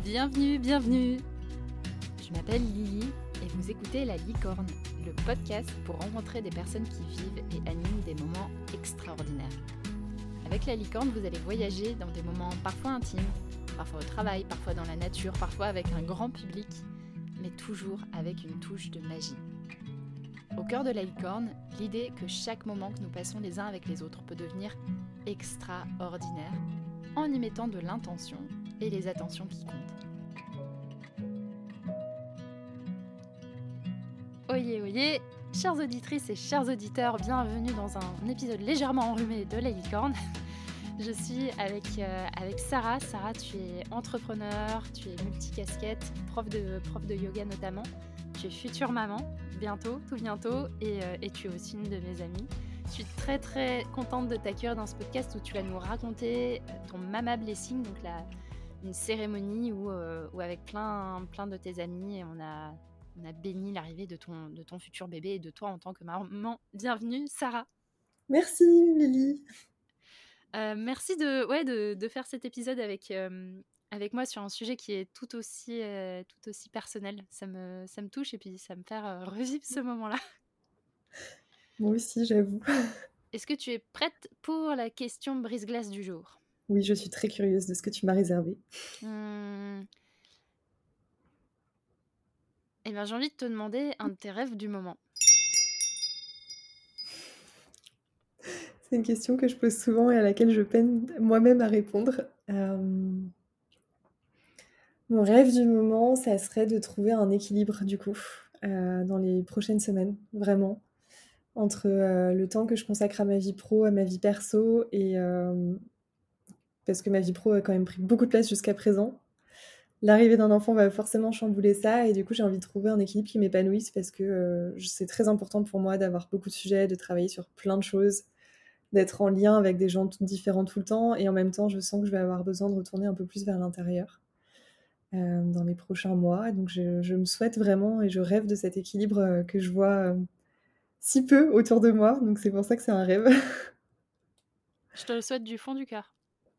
Bienvenue, bienvenue. Je m'appelle Lily et vous écoutez La Licorne, le podcast pour rencontrer des personnes qui vivent et animent des moments extraordinaires. Avec La Licorne, vous allez voyager dans des moments parfois intimes, parfois au travail, parfois dans la nature, parfois avec un grand public, mais toujours avec une touche de magie. Au cœur de La Licorne, l'idée que chaque moment que nous passons les uns avec les autres peut devenir extraordinaire en y mettant de l'intention et les attentions qui comptent. Oyez, oyez, chères auditrices et chers auditeurs, bienvenue dans un épisode légèrement enrhumé de La Licorne. Je suis avec Sarah. Sarah, tu es entrepreneur, tu es multicasquette, prof de yoga notamment. Tu es future maman, bientôt, tout bientôt, et tu es aussi une de mes amies. Je suis très très contente de t'accueillir dans ce podcast où tu vas nous raconter ton Mama Blessing, donc une cérémonie où avec plein de tes amis, on a béni l'arrivée de ton futur bébé et de toi en tant que maman. Bienvenue, Sarah. Merci, Lily. Merci de faire cet épisode avec moi sur un sujet qui est tout aussi personnel. Ça me touche et puis ça me fait revivre ce moment-là. Moi aussi, j'avoue. Est-ce que tu es prête pour la question brise-glace du jour ? Oui, je suis très curieuse de ce que tu m'as réservé. Eh bien, j'ai envie de te demander un de tes rêves du moment. C'est une question que je pose souvent et à laquelle je peine moi-même à répondre. Mon rêve du moment, ça serait de trouver un équilibre, du coup, dans les prochaines semaines, vraiment, entre le temps que je consacre à ma vie pro, à ma vie perso, et parce que ma vie pro a quand même pris beaucoup de place jusqu'à présent. L'arrivée d'un enfant va forcément chambouler ça et du coup j'ai envie de trouver un équilibre qui m'épanouisse parce que c'est très important pour moi d'avoir beaucoup de sujets, de travailler sur plein de choses, d'être en lien avec des gens différents tout le temps et en même temps je sens que je vais avoir besoin de retourner un peu plus vers l'intérieur dans les prochains mois. Donc je me souhaite vraiment et je rêve de cet équilibre que je vois si peu autour de moi, donc c'est pour ça que c'est un rêve. Je te le souhaite du fond du cœur.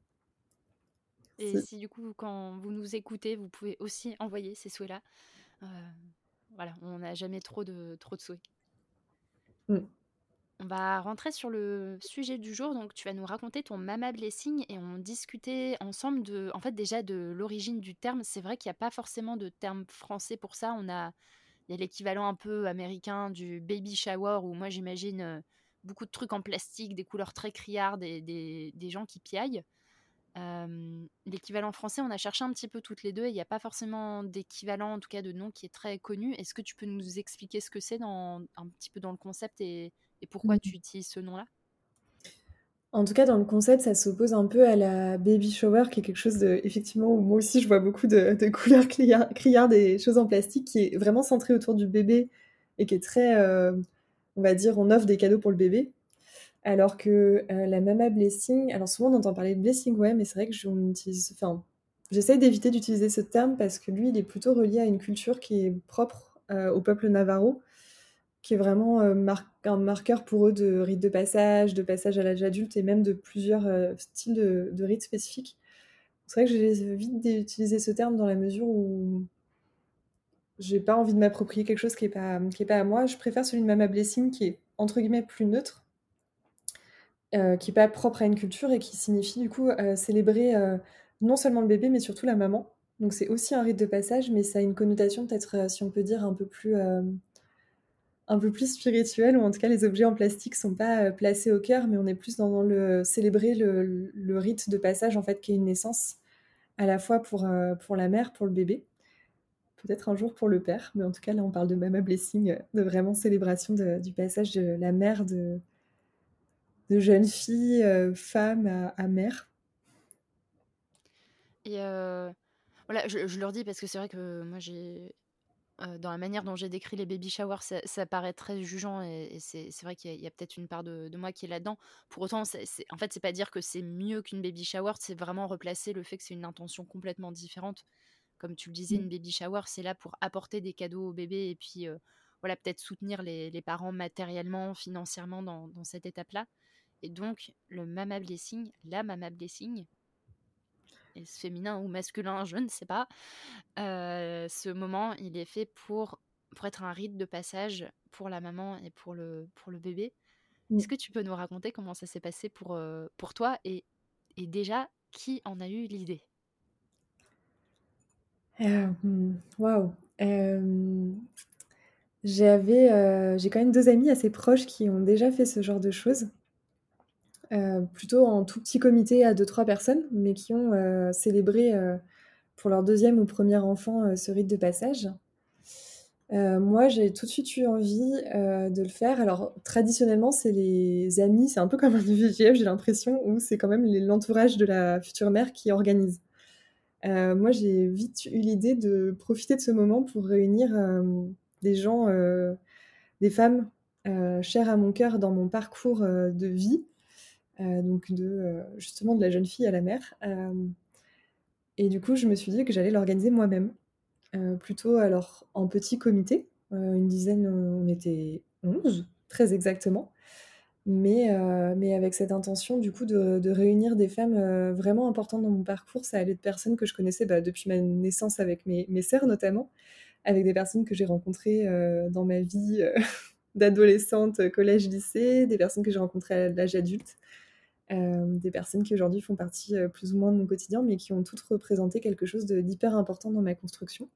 Et Si. si du coup, quand vous nous écoutez, vous pouvez aussi envoyer ces souhaits-là. Voilà, on n'a jamais trop de souhaits. Mm. On va rentrer sur le sujet du jour. Donc, tu vas nous raconter ton Mama Blessing et on discutait ensemble déjà de l'origine du terme. C'est vrai qu'il n'y a pas forcément de terme français pour ça. Il y a l'équivalent un peu américain du baby shower où moi j'imagine beaucoup de trucs en plastique, des couleurs très criardes et des gens qui piaillent. L'équivalent français, on a cherché un petit peu toutes les deux et il n'y a pas forcément d'équivalent, en tout cas de nom qui est très connu. Est-ce que tu peux nous expliquer ce que c'est un petit peu dans le concept et pourquoi tu utilises ce nom-là ? En tout cas, dans le concept, ça s'oppose un peu à la baby shower, qui est quelque chose de, effectivement, où moi aussi je vois beaucoup de couleurs criardes et choses en plastique, qui est vraiment centré autour du bébé et qui est très, on va dire, on offre des cadeaux pour le bébé. Alors que la Mama Blessing, alors souvent on entend parler de blessing, ouais, mais c'est vrai que j'essaye d'éviter d'utiliser ce terme parce que lui, il est plutôt relié à une culture qui est propre au peuple navarro, qui est vraiment un marqueur pour eux de rite de passage à l'âge adulte et même de plusieurs styles de rites spécifiques. C'est vrai que j'évite d'utiliser ce terme dans la mesure où j'ai pas envie de m'approprier quelque chose qui est pas à moi. Je préfère celui de Mama Blessing qui est entre guillemets plus neutre, qui est pas propre à une culture et qui signifie du coup célébrer non seulement le bébé mais surtout la maman. Donc c'est aussi un rite de passage, mais ça a une connotation peut-être, si on peut dire, un peu plus spirituel, ou en tout cas les objets en plastique sont pas placés au cœur, mais on est plus dans le célébrer le rite de passage en fait, qui est une naissance à la fois pour la mère, pour le bébé, peut-être un jour pour le père, mais en tout cas là on parle de Mama Blessing, de vraiment célébration du passage de la mère de jeune fille, femme à mère. Et voilà, je leur dis parce que c'est vrai que moi dans la manière dont j'ai décrit les baby showers, ça paraît très jugeant et c'est vrai qu'il y a peut-être une part de moi qui est là-dedans. Pour autant, en fait, c'est pas dire que c'est mieux qu'une baby shower, c'est vraiment replacer le fait que c'est une intention complètement différente. Comme tu le disais, une baby shower, c'est là pour apporter des cadeaux au bébé et puis voilà, peut-être soutenir les parents matériellement, financièrement dans cette étape-là. Et donc, la Mama Blessing, est-ce féminin ou masculin, je ne sais pas. Ce moment, il est fait pour être un rite de passage pour la maman et pour le bébé. Est-ce Mmh. que tu peux nous raconter comment ça s'est passé pour toi et déjà, qui en a eu l'idée? Waouh! J'ai quand même 2 amies assez proches qui ont déjà fait ce genre de choses, plutôt en tout petit comité à deux trois personnes, mais qui ont, célébré, pour leur deuxième ou premier enfant, ce rite de passage. Moi, j'ai tout de suite eu envie, de le faire. Alors traditionnellement, c'est les amis, c'est un peu comme un IVGF, j'ai l'impression, où c'est quand même l'entourage de la future mère qui organise. Moi, j'ai vite eu l'idée de profiter de ce moment pour réunir, des gens, des femmes, chères à mon cœur dans mon parcours, de vie, donc justement de la jeune fille à la mère, et du coup, je me suis dit que j'allais l'organiser moi-même, plutôt alors en petit comité, une dizaine, on était 11 très exactement, mais avec cette intention du coup de réunir des femmes, vraiment importantes dans mon parcours. Ça allait de personnes que je connaissais, bah, depuis ma naissance avec mes sœurs notamment, avec des personnes que j'ai rencontrées, dans ma vie, d'adolescente, collège, lycée, des personnes que j'ai rencontrées à l'âge adulte, des personnes qui aujourd'hui font partie, plus ou moins de mon quotidien, mais qui ont toutes représenté quelque chose d'hyper important dans ma construction.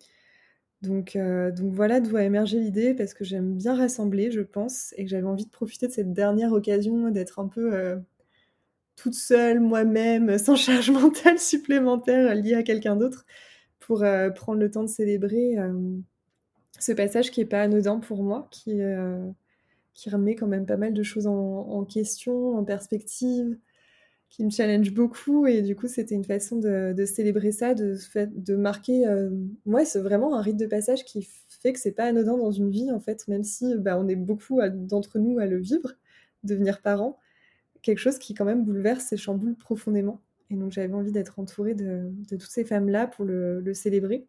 Donc voilà d'où a émergé l'idée, parce que j'aime bien rassembler, je pense, et que j'avais envie de profiter de cette dernière occasion d'être un peu, toute seule, moi-même, sans charge mentale supplémentaire liée à quelqu'un d'autre, pour, prendre le temps de célébrer, ce passage qui est pas anodin pour moi, qui remet quand même pas mal de choses en question, en perspective, qui me challenge beaucoup, et du coup, c'était une façon de célébrer ça, de marquer, ouais, c'est vraiment un rite de passage qui fait que c'est pas anodin dans une vie, en fait, même si, bah, on est beaucoup d'entre nous à le vivre, devenir parent, quelque chose qui quand même bouleverse et chamboule profondément, et donc j'avais envie d'être entourée de toutes ces femmes-là pour le célébrer.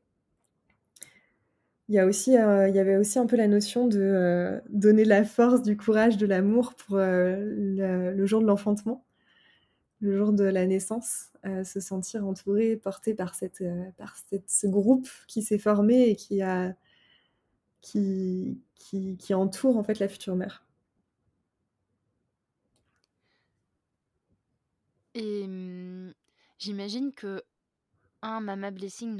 Il y avait aussi un peu la notion de, donner la force, du courage, de l'amour pour, le jour de l'enfantement, le jour de la naissance, se sentir entouré, porté par ce groupe qui s'est formé et qui entoure en fait la future mère. Et j'imagine que un Mama Blessing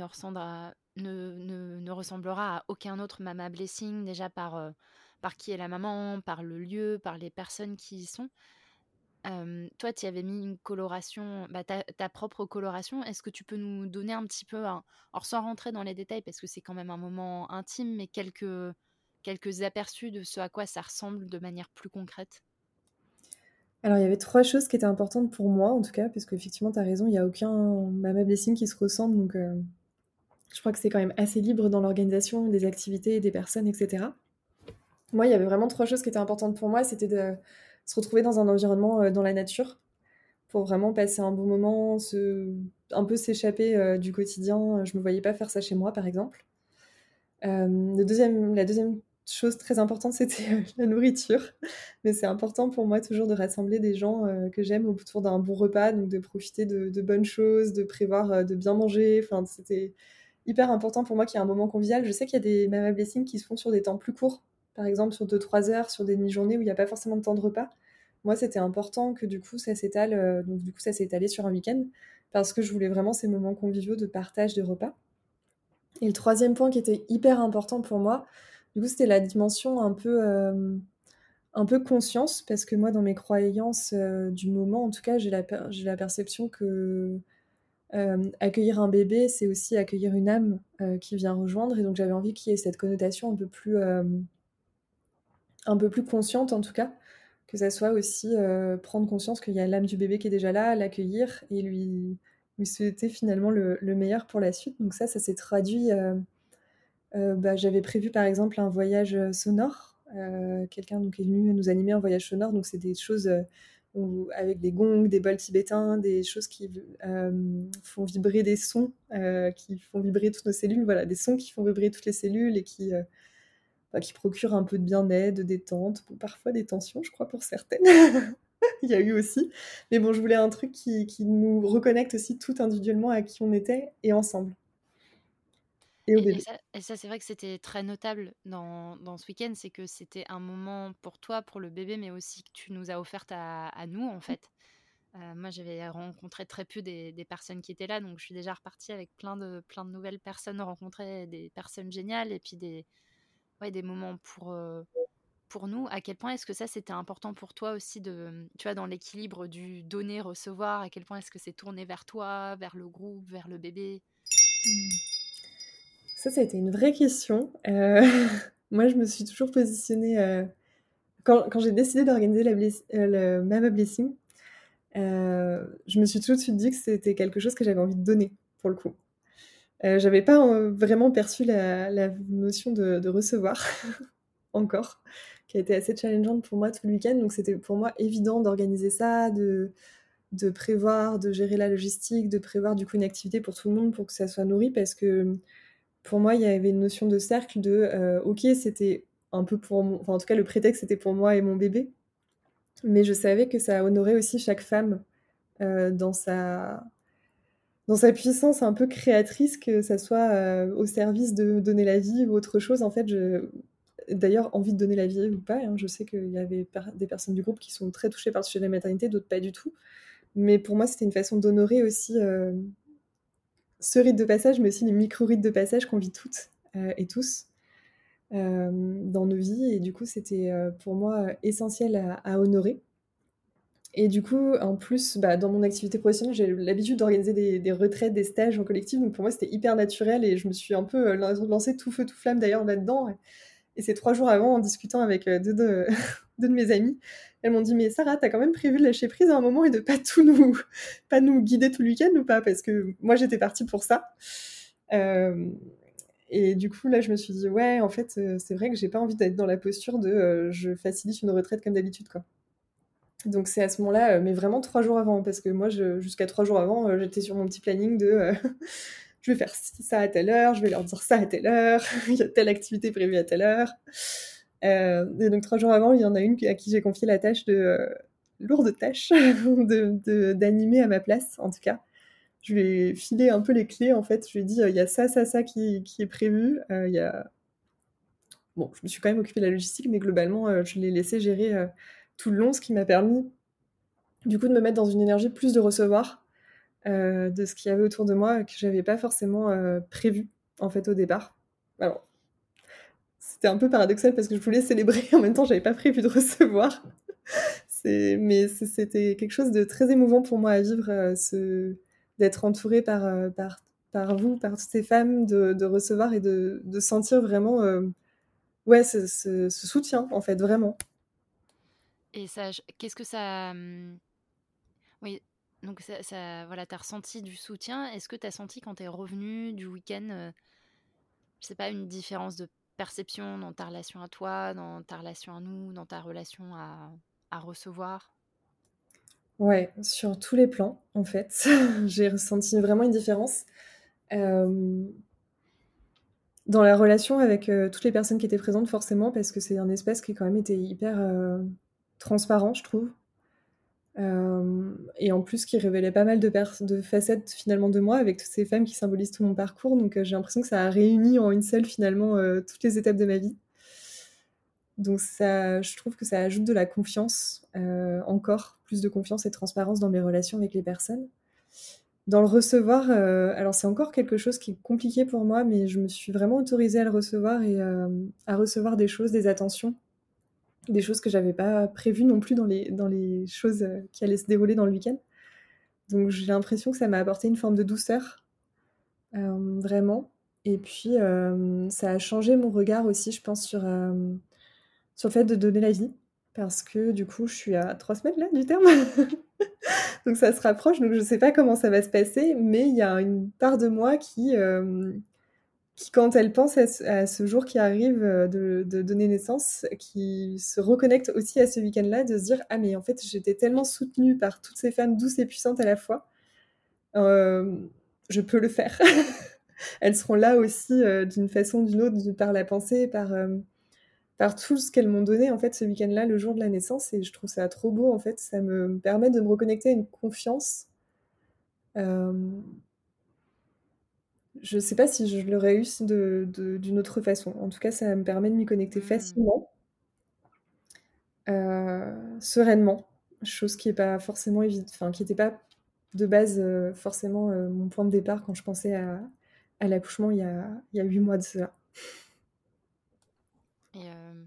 ne ressemblera à aucun autre Mama Blessing, déjà par qui est la maman, par le lieu, par les personnes qui y sont. Toi, tu y avais mis une coloration, bah, ta propre coloration. Est-ce que tu peux nous donner un petit peu, alors sans rentrer dans les détails parce que c'est quand même un moment intime, mais quelques aperçus de ce à quoi ça ressemble de manière plus concrète? Alors il y avait 3 choses qui étaient importantes pour moi en tout cas, parce qu'effectivement tu as raison, il y a aucun Mama Blessing qui se ressemble, donc je crois que c'est quand même assez libre dans l'organisation des activités, des personnes, et cetera. Moi, il y avait vraiment 3 choses qui étaient importantes pour moi. C'était de se retrouver dans un environnement, dans la nature, pour vraiment passer un bon moment, un peu s'échapper, du quotidien. Je me voyais pas faire ça chez moi, par exemple. La deuxième chose très importante, c'était, la nourriture. Mais c'est important pour moi toujours de rassembler des gens, que j'aime autour d'un bon repas, donc de profiter de bonnes choses, de prévoir, de bien manger. Enfin, c'était hyper important pour moi qu'il y ait un moment convivial. Je sais qu'il y a des Mama Blessing qui se font sur des temps plus courts, par exemple sur 2-3 heures, sur des demi-journées où il y a pas forcément de temps de repas. Moi, c'était important que du coup ça s'étale, donc du coup ça s'est étalé sur un week-end, parce que je voulais vraiment ces moments conviviaux de partage de repas. Et le troisième point qui était hyper important pour moi, du coup, c'était la dimension un peu conscience, parce que moi, dans mes croyances, du moment, en tout cas, j'ai la perception que, accueillir un bébé, c'est aussi accueillir une âme, qui vient rejoindre, et donc j'avais envie qu'il y ait cette connotation un peu plus consciente, en tout cas, que ça soit aussi, prendre conscience qu'il y a l'âme du bébé qui est déjà là, l'accueillir et lui souhaiter finalement le meilleur pour la suite. Donc ça s'est traduit, bah, j'avais prévu par exemple un voyage, sonore, quelqu'un donc est venu nous animer un voyage sonore, donc c'est des choses, avec des gongs, des bols tibétains, des choses qui font vibrer des sons, qui font vibrer toutes nos cellules, voilà, des sons qui font vibrer toutes les cellules et bah, qui procurent un peu de bien-être, de détente, bon, parfois des tensions, je crois, pour certaines. Il y a eu aussi. Mais bon, je voulais un truc qui nous reconnecte aussi toutes individuellement à qui on était et ensemble et au bébé. Et ça, c'est vrai que c'était très notable dans ce week-end, c'est que c'était un moment pour toi, pour le bébé, mais aussi que tu nous as offerte à nous, en fait. Moi, j'avais rencontré très peu des personnes qui étaient là, donc je suis déjà repartie avec plein de nouvelles personnes rencontrées, des personnes géniales, et puis ouais, des moments pour nous. À quel point est-ce que ça, c'était important pour toi aussi tu vois, dans l'équilibre du donner-recevoir, à quel point est-ce que c'est tourné vers toi, vers le groupe, vers le bébé? Ça a été une vraie question. Moi, je me suis toujours positionnée, quand j'ai décidé d'organiser le Mama Blessing, je me suis tout de suite dit que c'était quelque chose que j'avais envie de donner, pour le coup. J'avais pas, vraiment perçu la notion de recevoir encore, qui a été assez challengeante pour moi tout le week-end. Donc c'était pour moi évident d'organiser ça, de prévoir, de gérer la logistique, de prévoir du coup une activité pour tout le monde pour que ça soit nourri parce que pour moi, il y avait une notion de cercle de ok, c'était un peu pour enfin en tout cas le prétexte c'était pour moi et mon bébé, mais je savais que ça honorait aussi chaque femme dans sa puissance un peu créatrice, que ça soit au service de donner la vie ou autre chose. En fait, d'ailleurs, envie de donner la vie ou pas, hein, je sais qu'il y avait des personnes du groupe qui sont très touchées par le sujet de la maternité, d'autres pas du tout. Mais pour moi, c'était une façon d'honorer aussi ce rite de passage, mais aussi les micro-rites de passage qu'on vit toutes et tous dans nos vies. Et du coup, c'était pour moi essentiel à honorer. Et du coup, en plus, bah, dans mon activité professionnelle, j'ai l'habitude d'organiser des retraites, des stages en collectif. Donc pour moi, c'était hyper naturel et je me suis un peu lancée tout feu, tout flamme d'ailleurs là-dedans. Et c'est 3 jours avant, en discutant avec deux de mes amies, elles m'ont dit: «Mais Sarah, t'as quand même prévu de lâcher prise à un moment et de pas nous guider tout le week-end ou pas?» Parce que moi, j'étais partie pour ça. Euh, et du coup, là, je me suis dit: «Ouais, en fait, c'est vrai que j'ai pas envie d'être dans la posture de je facilite une retraite comme d'habitude, quoi». Donc c'est à ce moment-là, mais vraiment 3 jours avant, parce que moi, jusqu'à 3 jours avant, j'étais sur mon petit planning de je vais faire ça à telle heure, je vais leur dire ça à telle heure, il y a telle activité prévue à telle heure. Et donc 3 jours avant, il y en a une à qui j'ai confié la tâche lourde tâche, d'animer à ma place, en tout cas. Je lui ai filé un peu les clés, en fait. Je lui ai dit, il y a ça, ça, ça qui est prévu. Il y a... Bon, je me suis quand même occupée de la logistique, mais globalement, je l'ai laissé gérer tout le long, ce qui m'a permis, du coup, de me mettre dans une énergie plus de recevoir de ce qu'il y avait autour de moi que j'avais pas forcément prévu, en fait, au départ. Alors, c'était un peu paradoxal parce que je voulais célébrer, en même temps, j'avais pas prévu de recevoir. Mais c'était quelque chose de très émouvant pour moi à vivre, d'être entourée par vous, par toutes ces femmes, de recevoir et de sentir vraiment ouais, ce soutien, en fait, vraiment. Et ça, qu'est-ce que ça... Oui, donc voilà, t'as ressenti du soutien. Est-ce que t'as senti quand t'es revenu du week-end, je sais pas, une différence de perception dans ta relation à toi, dans ta relation à nous, dans ta relation à recevoir? Ouais, sur tous les plans, en fait. J'ai ressenti vraiment une différence. Euh, Dans la relation avec toutes les personnes qui étaient présentes, forcément, parce que c'est un espace qui, quand même, était hyper transparent, je trouve. Et en plus, qui révélait pas mal de facettes, finalement, de moi, avec toutes ces femmes qui symbolisent tout mon parcours. Donc, j'ai l'impression que ça a réuni en une seule, finalement, toutes les étapes de ma vie. Donc, ça, je trouve que ça ajoute de la confiance, encore plus de confiance et de transparence dans mes relations avec les personnes. Dans le recevoir, alors c'est encore quelque chose qui est compliqué pour moi, mais je me suis vraiment autorisée à le recevoir et à recevoir des choses, des attentions, des choses que j'avais pas prévues non plus dans les choses qui allaient se dérouler dans le week-end. Donc j'ai l'impression que ça m'a apporté une forme de douceur, vraiment. Et puis ça a changé mon regard aussi, je pense, sur le fait de donner la vie, parce que du coup, je suis à 3 semaines là du terme. Donc ça se rapproche, donc je sais pas comment ça va se passer, mais il y a une part de moi qui quand elle pense à ce jour qui arrive de donner naissance, qui se reconnecte aussi à ce week-end-là, de se dire: «Ah mais en fait j'étais tellement soutenue par toutes ces femmes douces et puissantes à la fois, euh, je peux le faire.» Elles seront là aussi d'une façon ou d'une autre, par la pensée, par tout ce qu'elles m'ont donné, en fait, ce week-end-là, le jour de la naissance et je trouve ça trop beau, en fait. Ça me permet de me reconnecter à une confiance. Je sais pas si je l'aurais eu d'une autre façon. En tout cas, ça me permet de m'y connecter Mmh. facilement, sereinement, chose qui est pas forcément enfin, qui était pas de base, forcément, mon point de départ quand je pensais à l'accouchement il y a 8 mois de cela. Et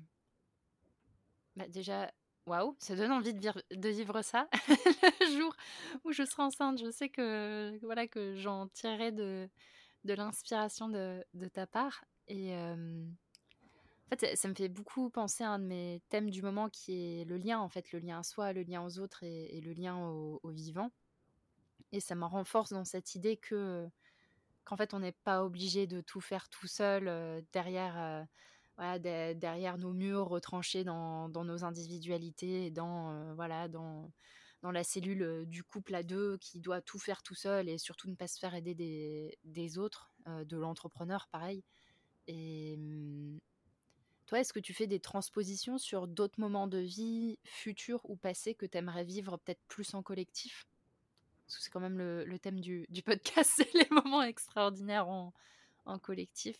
bah, déjà, waouh, ça donne envie de vivre ça. Le jour où je serai enceinte, je sais voilà, que j'en tirerai de l'inspiration de ta part et en fait, ça me fait beaucoup penser à un de mes thèmes du moment qui est le lien, en fait, le lien à soi, le lien aux autres et le lien au vivant et ça me renforce dans cette idée qu'en fait, on n'est pas obligé de tout faire tout seul, derrière, voilà, derrière nos murs retranchés dans nos individualités et voilà, dans la cellule, du couple à 2 qui doit tout faire tout seul et surtout ne pas se faire aider des autres, de l'entrepreneur pareil et toi, est-ce que tu fais des transpositions sur d'autres moments de vie, futurs ou passés, que tu aimerais vivre peut-être plus en collectif? Parce que c'est quand même le thème du podcast, c'est les moments extraordinaires en collectif.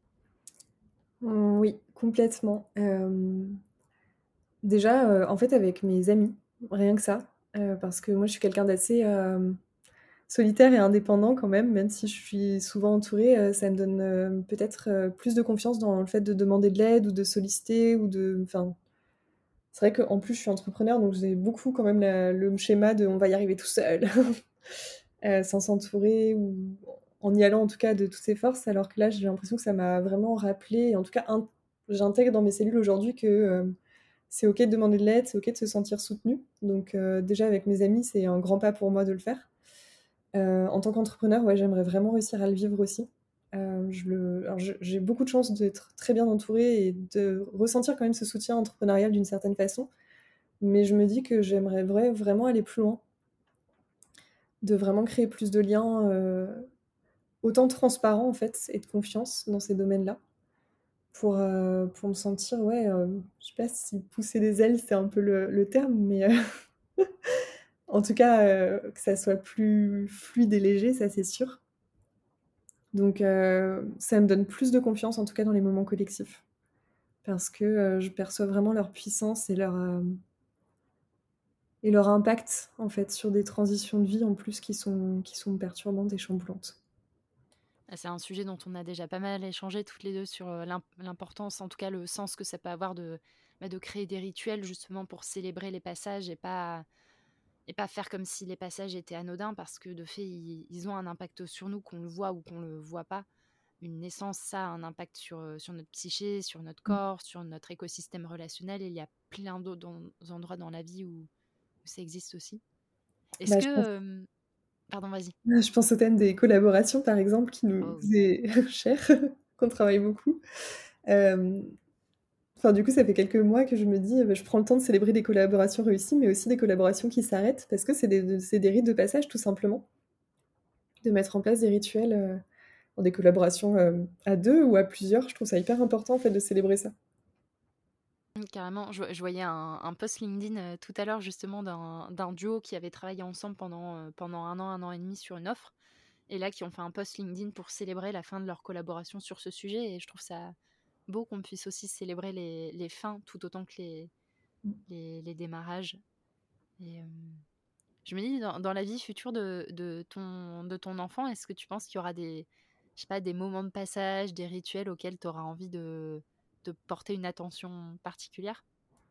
Oui, complètement. Déjà, en fait, avec mes amis, rien que ça, parce que moi, je suis quelqu'un d'assez, solitaire et indépendant quand même si je suis souvent entourée, ça me donne, peut-être, plus de confiance dans le fait de demander de l'aide ou de solliciter ou enfin, c'est vrai qu'en plus, je suis entrepreneur, donc j'ai beaucoup quand même le schéma de: «On va y arriver tout seul», sans s'entourer ou en y allant en tout cas de toutes ses forces. Alors que là, j'ai l'impression que ça m'a vraiment rappelé et en tout cas j'intègre dans mes cellules aujourd'hui que, c'est OK de demander de l'aide, c'est OK de se sentir soutenu. Donc déjà avec mes amis, c'est un grand pas pour moi de le faire. En tant qu'entrepreneur, ouais, j'aimerais vraiment réussir à le vivre aussi. J'ai beaucoup de chance d'être très bien entourée et de ressentir quand même ce soutien entrepreneurial d'une certaine façon. Mais je me dis que j'aimerais vraiment aller plus loin, de vraiment créer plus de liens, autant transparents en fait et de confiance dans ces domaines-là pour me sentir, ouais, je sais pas si pousser des ailes, c'est un peu le terme, mais en tout cas, que ça soit plus fluide et léger, ça c'est sûr. Donc ça me donne plus de confiance, en tout cas dans les moments collectifs. Parce que, je perçois vraiment leur puissance et leur impact, en fait, sur des transitions de vie, en plus, qui sont perturbantes et chamboulantes. Ah, c'est un sujet dont on a déjà pas mal échangé toutes les 2 sur, l'importance, en tout cas le sens que ça peut avoir de créer des rituels justement pour célébrer les passages et pas faire comme si les passages étaient anodins parce que de fait, ils ont un impact sur nous, qu'on le voit ou qu'on le voit pas. Une naissance, ça a un impact sur notre psyché, sur notre Mmh. corps, sur notre écosystème relationnel et il y a plein d'autres endroits dans la vie où ça existe aussi. Est-ce Bah, que, pardon, vas-y. je pense au thème des collaborations, par exemple, qui nous Oh oui. est cher, qu'on travaille beaucoup. Hem, enfin, du coup, ça fait quelques mois que je me dis, bah, je prends le temps de célébrer des collaborations réussies, mais aussi des collaborations qui s'arrêtent parce que c'est des rites de passage, tout simplement. De mettre en place des rituels, dans des collaborations, à 2 ou à plusieurs. Je trouve ça hyper important, en fait, de célébrer ça. Carrément, je voyais un post LinkedIn tout à l'heure justement d'un duo qui avait travaillé ensemble pendant un an et demi sur une offre, et là qui ont fait un post LinkedIn pour célébrer la fin de leur collaboration sur ce sujet, et je trouve ça beau qu'on puisse aussi célébrer les fins tout autant que les démarrages. Et je me dis, dans la vie future de ton enfant, est-ce que tu penses qu'il y aura je sais pas, des moments de passage, des rituels auxquels tu auras envie de porter une attention particulière?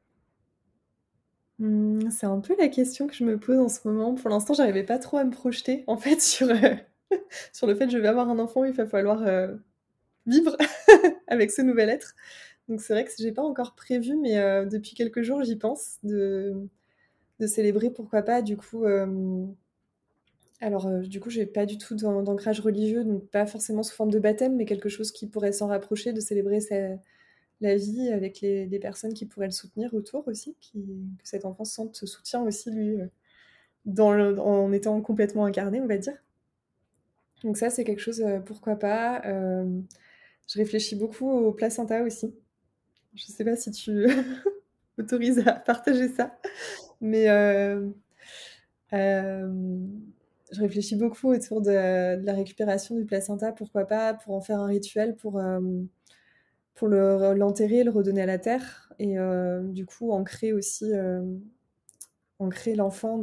C'est un peu la question que je me pose en ce moment. Pour l'instant, j'arrivais pas trop à me projeter, en fait, sur le fait que je vais avoir un enfant, il va falloir, vivre avec ce nouvel être. Donc c'est vrai que j'ai pas encore prévu, mais depuis quelques jours, j'y pense, de célébrer, pourquoi pas, du coup, alors, du coup, j'ai pas du tout d'ancrage religieux, donc pas forcément sous forme de baptême, mais quelque chose qui pourrait s'en rapprocher, de célébrer la vie avec les personnes qui pourraient le soutenir autour aussi, que cet enfant sente ce soutien aussi, lui, en étant complètement incarné, on va dire. Donc ça, c'est quelque chose, pourquoi pas. Je réfléchis beaucoup au placenta aussi. Je sais pas si tu m'autorises à partager ça, mais hem, je réfléchis beaucoup autour de la récupération du placenta, pourquoi pas, pour en faire un rituel pour l'enterrer, le redonner à la terre et du coup ancrer aussi, ancrer l'enfant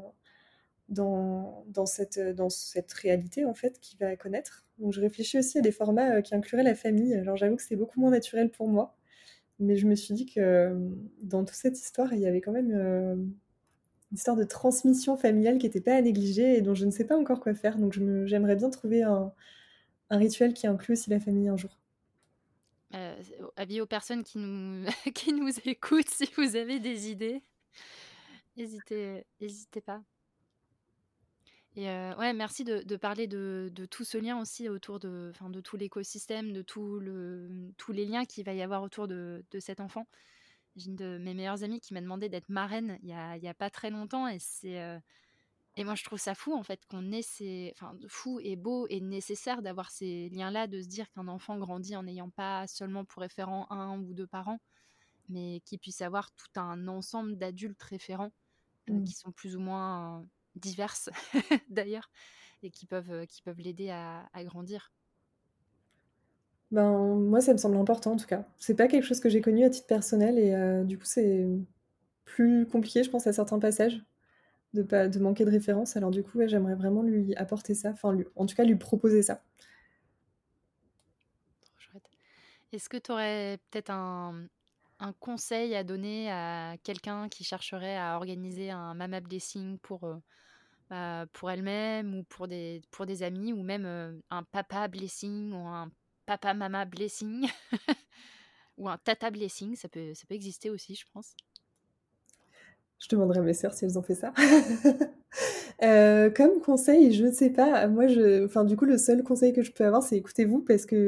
dans cette réalité, en fait, qu'il va connaître. Donc je réfléchis aussi à des formats, qui incluraient la famille. Alors j'avoue que c'est beaucoup moins naturel pour moi, mais je me suis dit que, dans toute cette histoire, il y avait quand même, une histoire de transmission familiale qui était pas à négliger et dont je ne sais pas encore quoi faire. Donc j'aimerais bien trouver un rituel qui inclut aussi la famille un jour. Avis aux personnes qui nous, qui nous écoutent, si vous avez des idées, n'hésitez pas. Et ouais, merci de parler de tout ce lien aussi autour de tout l'écosystème, de tous les liens qu'il va y avoir autour de cet enfant. J'ai une de mes meilleures amies qui m'a demandé d'être marraine il y a pas très longtemps et moi je trouve ça fou en fait qu'on ait fou et beau et nécessaire d'avoir ces liens-là, de se dire qu'un enfant grandit en n'ayant pas seulement pour référent un ou deux parents, mais qu'il puisse avoir tout un ensemble d'adultes référents Mmh. qui sont plus ou moins diverses d'ailleurs et qui peuvent l'aider à grandir. Ben, moi, ça me semble important, en tout cas. C'est pas quelque chose que j'ai connu à titre personnel et du coup, c'est plus compliqué, je pense, à certains passages, de manquer de référence. Alors du coup, ouais, j'aimerais vraiment lui apporter ça, enfin, en tout cas, lui proposer ça. Trop chouette. Est-ce que tu aurais peut-être un conseil à donner à quelqu'un qui chercherait à organiser un mama blessing pour elle-même ou pour des amis, ou même un papa blessing ou un papa mama blessing ou un tata blessing, ça peut exister aussi, je pense. Je demanderai à mes sœurs si elles ont fait ça. Comme conseil, je ne sais pas. Moi, enfin, du coup, le seul conseil que je peux avoir, c'est écoutez-vous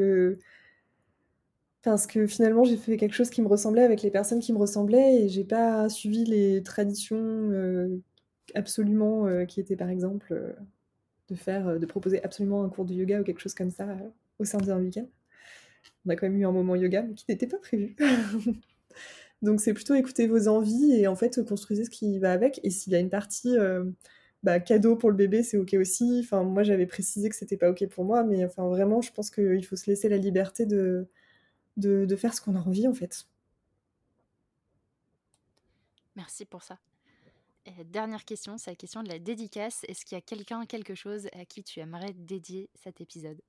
parce que finalement, j'ai fait quelque chose qui me ressemblait avec les personnes qui me ressemblaient et j'ai pas suivi les traditions absolument qui étaient par exemple de proposer absolument un cours de yoga ou quelque chose comme ça au sein d'un week-end. On a quand même eu un moment yoga mais qui n'était pas prévu. Donc c'est plutôt écouter vos envies et en fait construisez ce qui va avec. Et s'il y a une partie cadeau pour le bébé, c'est ok aussi. Enfin, moi j'avais précisé que c'était pas ok pour moi, mais enfin vraiment, je pense qu'il faut se laisser la liberté de faire ce qu'on a envie en fait. Merci pour ça. Et dernière question, c'est la question de la dédicace. Est-ce qu'il y a quelqu'un, quelque chose à qui tu aimerais dédier cet épisode?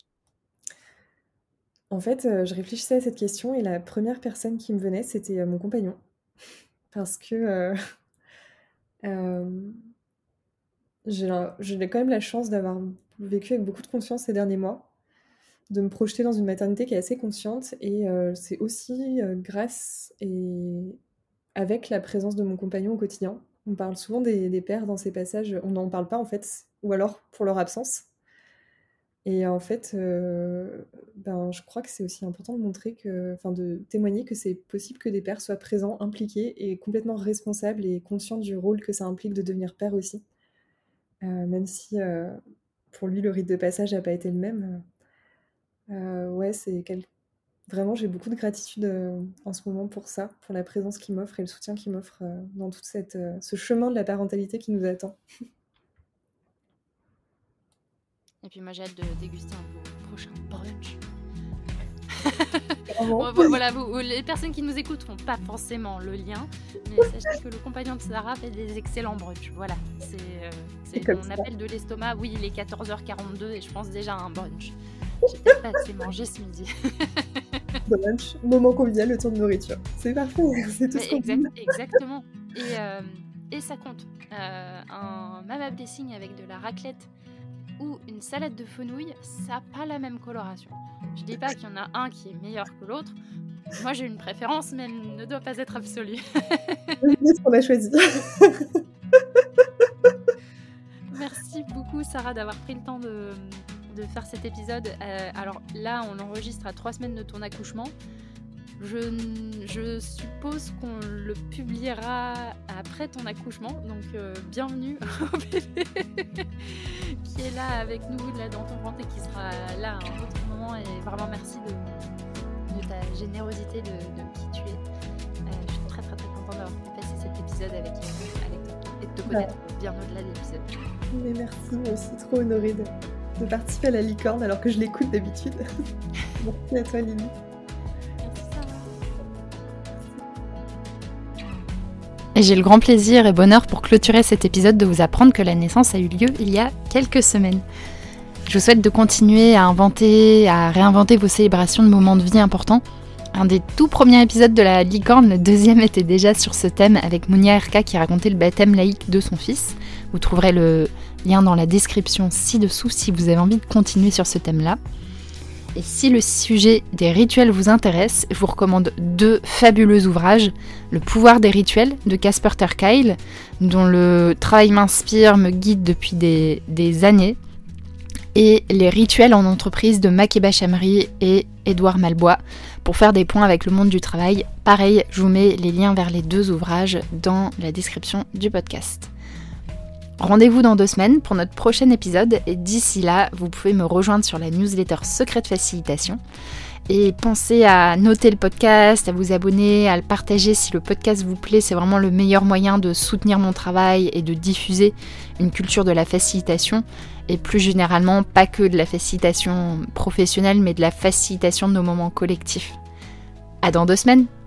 En fait, je réfléchissais à cette question et la première personne qui me venait, c'était mon compagnon. Parce que euh, j'ai quand même la chance d'avoir vécu avec beaucoup de conscience ces derniers mois, de me projeter dans une maternité qui est assez consciente et c'est aussi grâce et avec la présence de mon compagnon au quotidien. On parle souvent des pères dans ces passages, on n'en parle pas en fait, ou alors pour leur absence. Et en fait, ben, je crois que c'est aussi important de montrer enfin de témoigner que c'est possible que des pères soient présents, impliqués et complètement responsables et conscients du rôle que ça implique de devenir père aussi. Même si pour lui le rite de passage n'a pas été le même. Ouais, vraiment j'ai beaucoup de gratitude en ce moment pour ça, pour la présence qu'il m'offre et le soutien qu'il m'offre dans tout ce chemin de la parentalité qui nous attend. Et puis moi j'ai hâte de déguster un de vos prochains brunchs. Vraiment. Bon, voilà, les personnes qui nous écoutent n'ont pas forcément le lien, mais sachez que le compagnon de Sarah fait des excellents brunchs. Voilà, c'est Comme mon ça. appel de l'estomac. Oui, il est 14h42 et je pense déjà à un brunch. J'ai peut-être pas assez mangé ce midi. Brunch, moment convivial autour de nourriture. C'est parfait, c'est tout ce qu'on dit. Exactement. Et ça compte. Un mama blessing avec de la raclette ou une salade de fenouil, ça n'a pas la même coloration. Je dis pas qu'il y en a un qui est meilleur que l'autre. Moi j'ai une préférence, mais elle ne doit pas être absolue. C'est ce qu'on a choisi. Merci beaucoup Sarah d'avoir pris le temps de faire cet épisode. Alors là on l'enregistre à 3 semaines de ton accouchement. Je suppose qu'on le publiera après ton accouchement, donc bienvenue au bébé qui est là avec nous, là dans ton ventre et qui sera là à un autre moment. Et vraiment merci de ta générosité de qui tu es. Je suis très très très contente d'avoir pu passer cet épisode avec toi et de te connaître bien au-delà de l'épisode. Mais merci, moi aussi, trop honorée de participer à la licorne alors que je l'écoute d'habitude. Merci à toi, Lily. Et j'ai le grand plaisir et bonheur pour clôturer cet épisode de vous apprendre que la naissance a eu lieu il y a quelques semaines. Je vous souhaite de continuer à réinventer vos célébrations de moments de vie importants. Un des tout premiers épisodes de la licorne, le deuxième, était déjà sur ce thème avec Mounia Erka qui racontait le baptême laïque de son fils. Vous trouverez le lien dans la description ci-dessous si vous avez envie de continuer sur ce thème-là. Et si le sujet des rituels vous intéresse, je vous recommande 2 fabuleux ouvrages. Le pouvoir des rituels de Casper ter Kuile, dont le travail m'inspire, me guide depuis des années. Et les rituels en entreprise de Makeba Chamri et Édouard Malbois pour faire des points avec le monde du travail. Pareil, je vous mets les liens vers les 2 ouvrages dans la description du podcast. Rendez-vous dans 2 semaines pour notre prochain épisode et d'ici là, vous pouvez me rejoindre sur la newsletter Secret de Facilitation. Et pensez à noter le podcast, à vous abonner, à le partager si le podcast vous plaît. C'est vraiment le meilleur moyen de soutenir mon travail et de diffuser une culture de la facilitation. Et plus généralement, pas que de la facilitation professionnelle, mais de la facilitation de nos moments collectifs. À dans 2 semaines!